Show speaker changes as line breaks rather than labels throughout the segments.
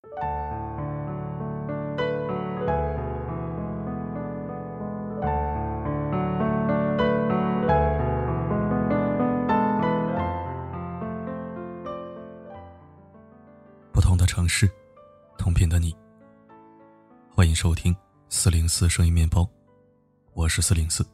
不同的城市，同频的你。欢迎收听404声音面包，我是404。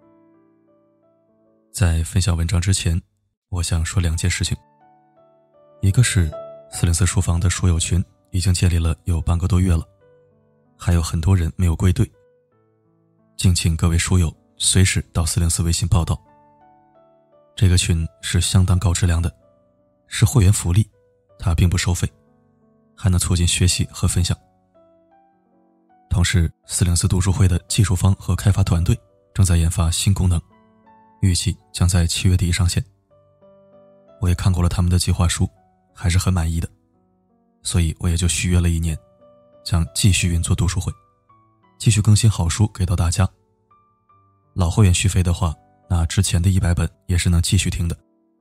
在分享文章之前，我想说2件事情。一个是404书房的书友群已经建立了有半个多月了，还有很多人没有归队，敬请各位书友随时到404微信报道。这个群是相当高质量的，是会员福利，它并不收费，还能促进学习和分享。同时404读书会的技术方和开发团队正在研发新功能，预计将在7月底上线。我也看过了他们的计划书，还是很满意的，所以我也就续约了1年，将继续运作读书会，继续更新好书给到大家。老会员续费的话，那之前的100本也是能继续听的。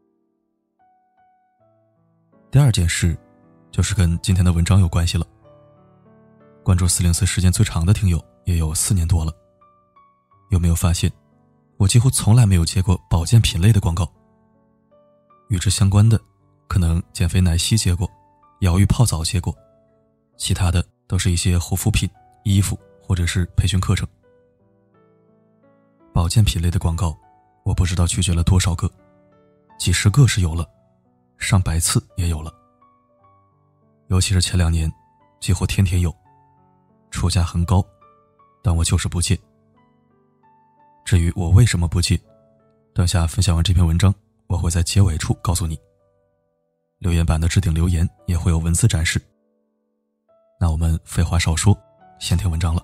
第2件事就是跟今天的文章有关系了。关注404时间最长的听友也有4年多了，有没有发现我几乎从来没有接过保健品类的广告？与之相关的可能减肥奶昔接过，疗愈泡澡接过，其他的都是一些护肤品、衣服或者是培训课程。保健品类的广告我不知道拒绝了多少个，几十个是有了，上百次也有了。尤其是前2年几乎天天有，出价很高，但我就是不接。至于我为什么不接，等下分享完这篇文章，我会在结尾处告诉你。留言板的置顶留言也会有文字展示。那我们废话少说，先听文章了。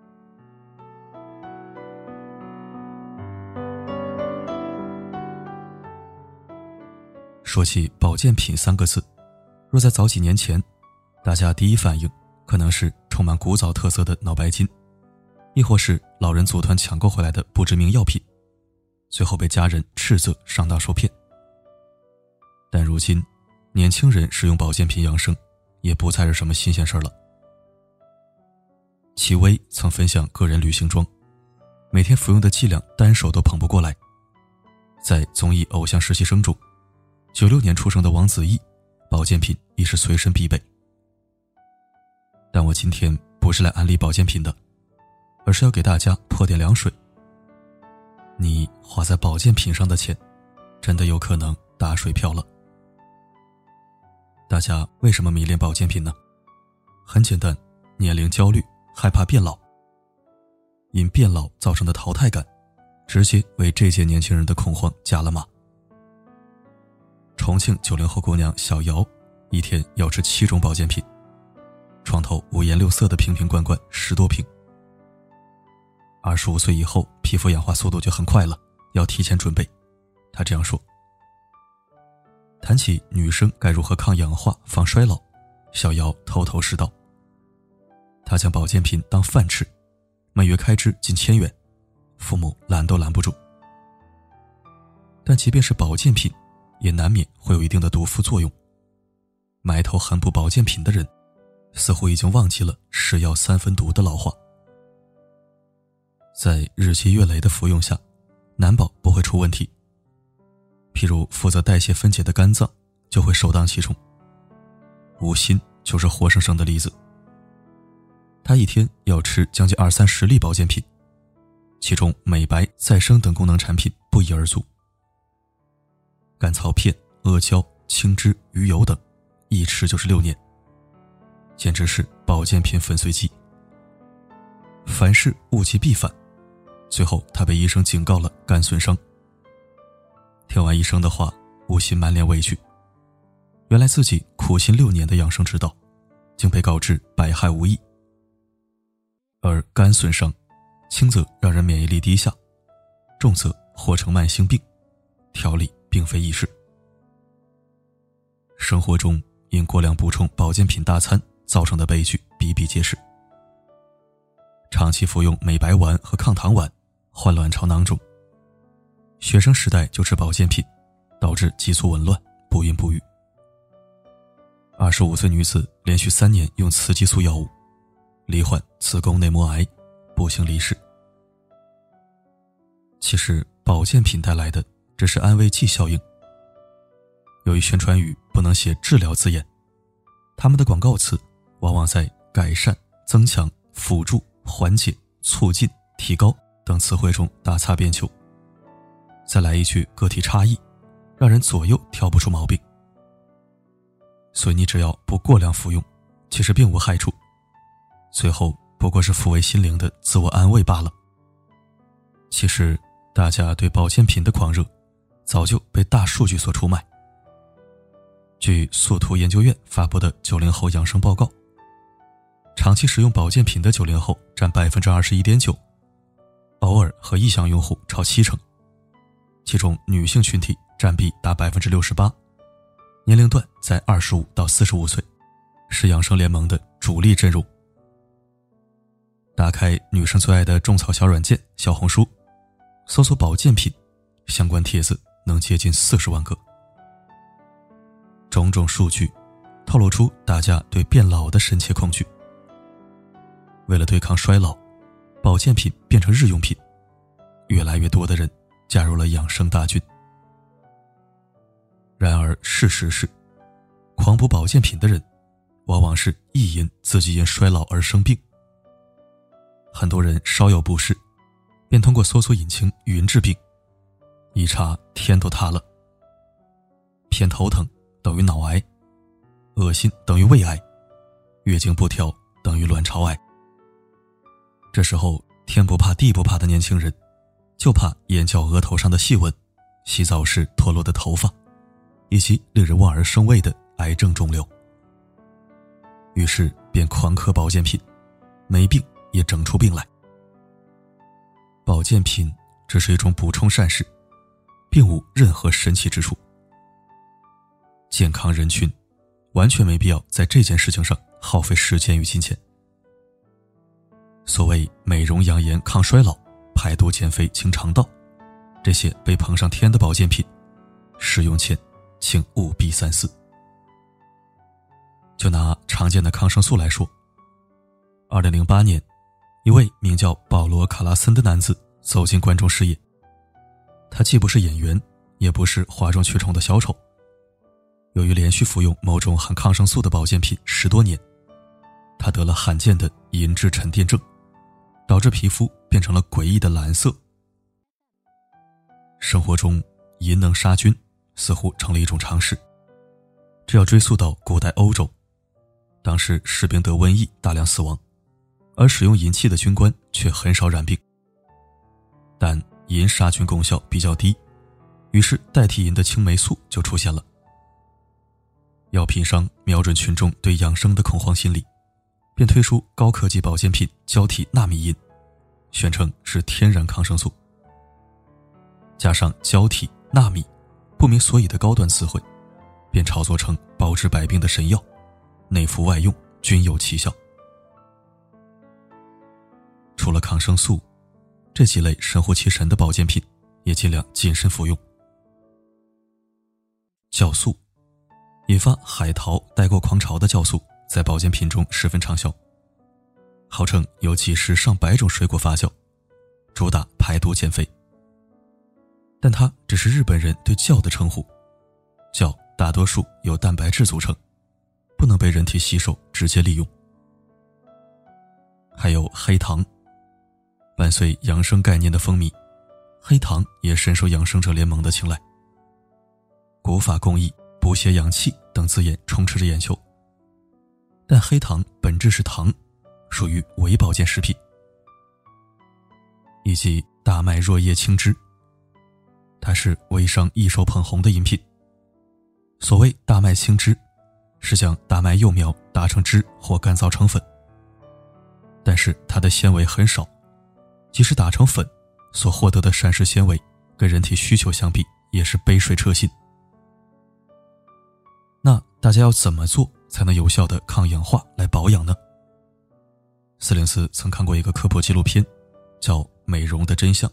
说起保健品3个字，若在早几年前，大家第一反应可能是充满古早特色的脑白金，亦或是老人组团抢购回来的不知名药品，最后被家人斥责上当受骗。但如今年轻人使用保健品养生也不再是什么新鲜事了。戚薇曾分享个人旅行装，每天服用的剂量单手都捧不过来。在综艺偶像实习生中，96年出生的王子异，保健品亦是随身必备。但我今天不是来安利保健品的，而是要给大家泼点凉水。你花在保健品上的钱，真的有可能打水漂了。大家为什么迷恋保健品呢？很简单，年龄焦虑，害怕变老。因变老造成的淘汰感，直接为这届年轻人的恐慌加了码。重庆90后姑娘小姚，一天要吃7种保健品，床头5颜6色的瓶瓶罐罐10多瓶。25岁以后皮肤氧化速度就很快了，要提前准备。她这样说。谈起女生该如何抗氧化防衰老，小姚头头是道。她将保健品当饭吃，每月开支近1000元，父母拦都拦不住。但即便是保健品，也难免会有一定的毒副作用。埋头横补保健品的人，似乎已经忘记了是药3分毒的老话。在日积月累的服用下，难保不会出问题。譬如负责代谢分解的肝脏就会首当其冲，吴昕就是活生生的例子。他一天要吃将近20-30粒保健品，其中美白、再生等功能产品不一而足。甘草片、阿胶、青汁、鱼油等，一吃就是6年，简直是保健品粉碎机。凡事物极必反，最后他被医生警告了肝损伤。听完医生的话，吴昕满脸委屈，原来自己苦心6年的养生之道，竟被告知百害无益。而肝损伤，轻则让人免疫力低下，重则或成慢性病，调理并非易事。生活中因过量补充保健品大餐造成的悲剧比比皆是。长期服用美白丸和抗糖丸，患卵巢囊肿；学生时代就吃保健品，导致激素紊乱，不孕不育。 25岁女子连续3年用雌激素药物，罹患子宫内膜癌，不幸离世。其实保健品带来的只是安慰剂效应。由于宣传语不能写治疗字眼，他们的广告词往往在改善、增强、辅助、缓解、促进、提高等词汇中大擦边球，再来一句个体差异，让人左右挑不出毛病。所以你只要不过量服用，其实并无害处，最后不过是抚慰心灵的自我安慰罢了。其实大家对保健品的狂热早就被大数据所出卖。据速图研究院发布的90后养生报告，长期使用保健品的90后占 21.9%， 偶尔和异项用户超70%，其中女性群体占比达 68%， 年龄段在25到45岁，是养生联盟的主力阵容。打开女生最爱的种草小软件小红书，搜索保健品，相关帖子能接近40万个。种种数据透露出大家对变老的深切恐惧。为了对抗衰老，保健品变成日用品，越来越多的人加入了养生大军。然而事实是，狂补保健品的人往往是意淫自己因衰老而生病。很多人稍有不适，便通过搜索引擎云治病，一查天都塌了。偏头疼等于脑癌，恶心等于胃癌，月经不调等于卵巢癌。这时候天不怕地不怕的年轻人，就怕眼角额头上的细纹，洗澡时脱落的头发，以及令人望而生畏的癌症肿瘤。于是便狂嗑保健品，没病也整出病来。保健品只是一种补充膳食，并无任何神奇之处。健康人群完全没必要在这件事情上耗费时间与金钱。所谓美容养颜抗衰老、排毒减肥清肠道，这些被捧上天的保健品，使用前请务必三思。就拿常见的抗生素来说，2008年一位名叫保罗·卡拉森的男子走进观众视野。他既不是演员，也不是哗众取宠的小丑。由于连续服用某种含抗生素的保健品10多年，他得了罕见的银质沉淀症，导致皮肤变成了诡异的蓝色。生活中银能杀菌似乎成了一种常识，这要追溯到古代欧洲，当时士兵得瘟疫大量死亡，而使用银器的军官却很少染病。但银杀菌功效比较低，于是代替银的青霉素就出现了。药品商瞄准群众对养生的恐慌心理，便推出高科技保健品胶体纳米银，宣称是天然抗生素。加上胶体、纳米不明所以的高端词汇，便炒作成包治百病的神药，内服外用均有奇效。除了抗生素，这几类神乎其神的保健品也尽量谨慎服用。酵素，引发海淘代购狂潮的酵素在保健品中十分畅销，号称有几十上百种水果发酵，主打排毒减肥。但它只是日本人对酵的称呼，酵大多数由蛋白质组成，不能被人体吸收直接利用。还有黑糖，伴随养生概念的风靡，黑糖也深受养生者联盟的青睐。古法工艺、补血养气等字眼充斥着眼球，但黑糖本质是糖，属于伪保健食品。以及大麦若叶青汁，它是微商一手捧红的饮品。所谓大麦青汁，是将大麦幼苗打成汁或干燥成粉，但是它的纤维很少，即使打成粉，所获得的膳食纤维跟人体需求相比也是杯水车薪。那大家要怎么做才能有效的抗氧化来保养呢？404曾看过一个科普纪录片，叫《美容的真相》。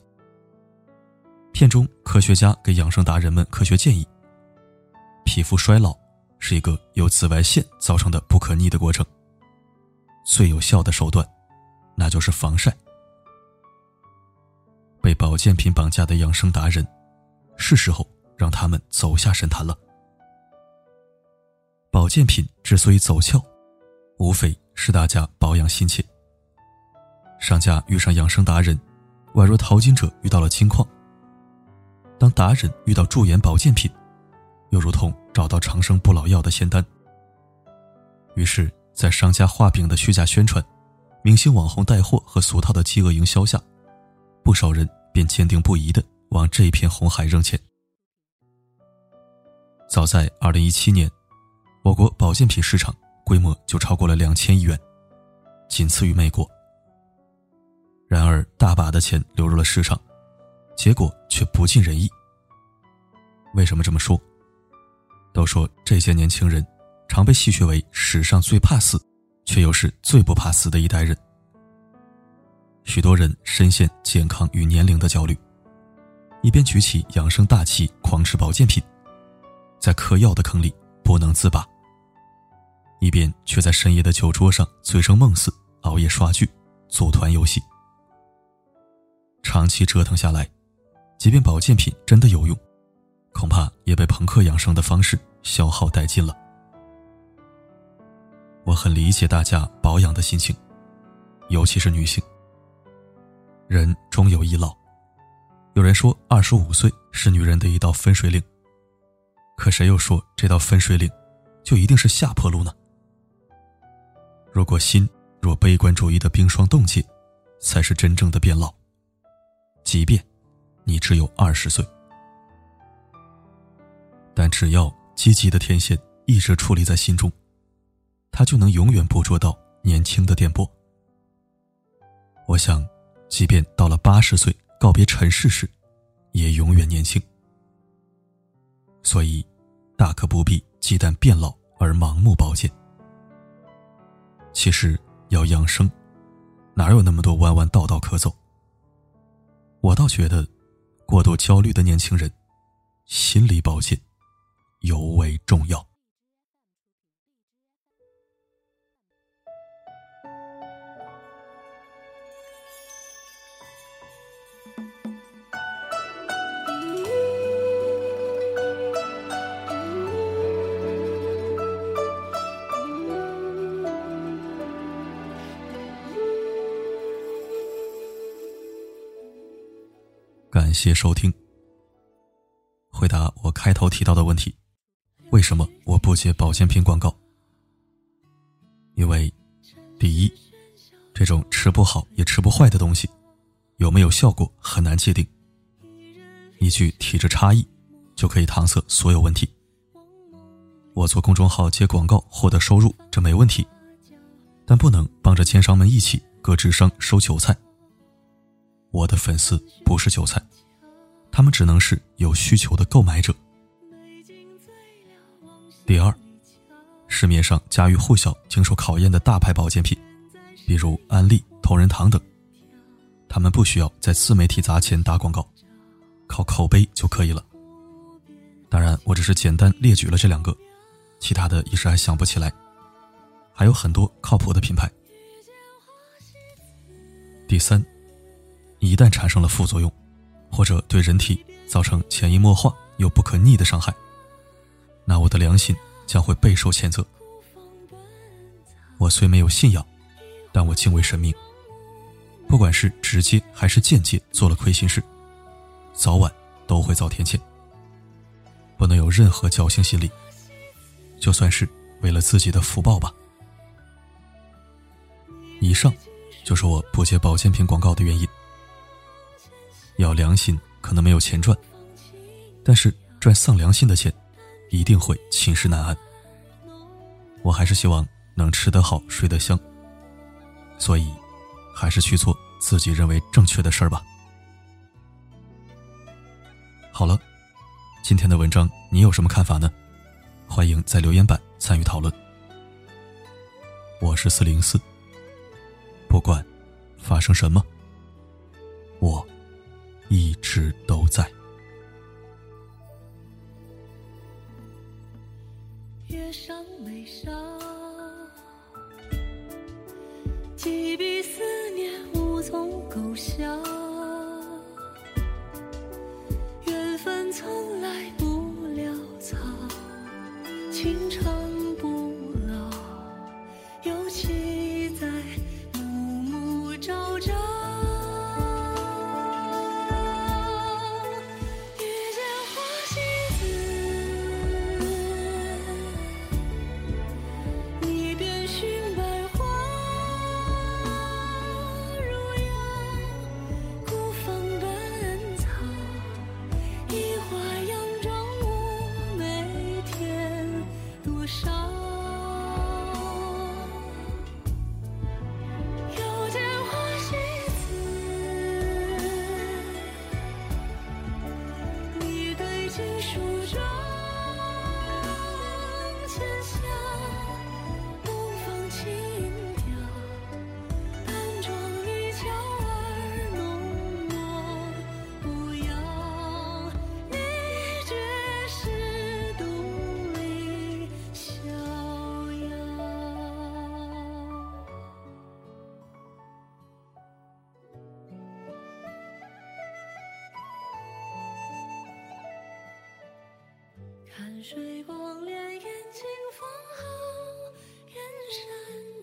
片中科学家给养生达人们科学建议：皮肤衰老是一个由紫外线造成的不可逆的过程。最有效的手段，那就是防晒。被保健品绑架的养生达人，是时候让他们走下神坛了。保健品之所以走俏，无非是大家保养心切。商家遇上养生达人，宛若淘金者遇到了金矿。当达人遇到驻颜保健品，又如同找到长生不老药的仙丹。于是在商家画饼的虚假宣传，明星网红带货和俗套的饥饿营销下，不少人便坚定不移地往这一片红海扔钱。早在2017年，我国保健品市场规模就超过了2000亿元，仅次于美国。然而大把的钱流入了市场，结果却不尽人意。为什么这么说？都说这些年轻人常被戏谑为史上最怕死，却又是最不怕死的一代人。许多人深陷健康与年龄的焦虑，一边举起养生大旗狂吃保健品，在嗑药的坑里不能自拔，一边却在深夜的酒桌上醉生梦死，熬夜刷剧，组团游戏。长期折腾下来，即便保健品真的有用，恐怕也被朋克养生的方式消耗殆尽了。我很理解大家保养的心情，尤其是女性。人终有一老，有人说25岁是女人的一道分水岭，可谁又说这道分水岭就一定是下坡路呢？如果心若悲观主义的冰霜冻结，才是真正的变老，即便你只有20岁。但只要积极的天线一直矗立在心中，它就能永远捕捉到年轻的电波。我想即便到了80岁告别尘世时，也永远年轻。所以大可不必忌惮变老而盲目保健。其实要养生，哪有那么多弯弯道道可走？我倒觉得过度焦虑的年轻人，心理保健尤为重要。感谢收听。回答我开头提到的问题，为什么我不接保健品广告？因为第一，这种吃不好也吃不坏的东西，有没有效果很难界定。一句体质差异就可以搪塞所有问题。我做公众号接广告获得收入，这没问题，但不能帮着奸商们一起割智商收韭菜。我的粉丝不是韭菜，他们只能是有需求的购买者。第二，市面上家喻户晓、经受考验的大牌保健品，比如安利、同仁堂等，他们不需要在自媒体砸钱打广告，靠口碑就可以了。当然，我只是简单列举了这2个，其他的一时还想不起来，还有很多靠谱的品牌。第三，一旦产生了副作用，或者对人体造成潜移默化又不可逆的伤害，那我的良心将会备受谴责。我虽没有信仰，但我敬畏神明，不管是直接还是间接做了亏心事，早晚都会遭天谴，不能有任何侥幸心理，就算是为了自己的福报吧。以上就是我不接保健品广告的原因。要良心可能没有钱赚，但是赚丧良心的钱一定会寝食难安。我还是希望能吃得好睡得香，所以还是去做自己认为正确的事儿吧。好了，今天的文章你有什么看法呢？欢迎在留言板参与讨论。我是404，不管发生什么，我一直都在。
越几笔思念无从勾销，缘分从来不潦草，情长不老，尤其在暮暮朝朝。遇见花西子，你便寻百花如阳，孤芳本草，一花样妆婀，每天多少。又见花西子，你对镜梳妆浅笑，东方轻调，淡妆一翘儿浓墨不摇，你绝世独立逍遥。看水光潋，眼睛方好，远山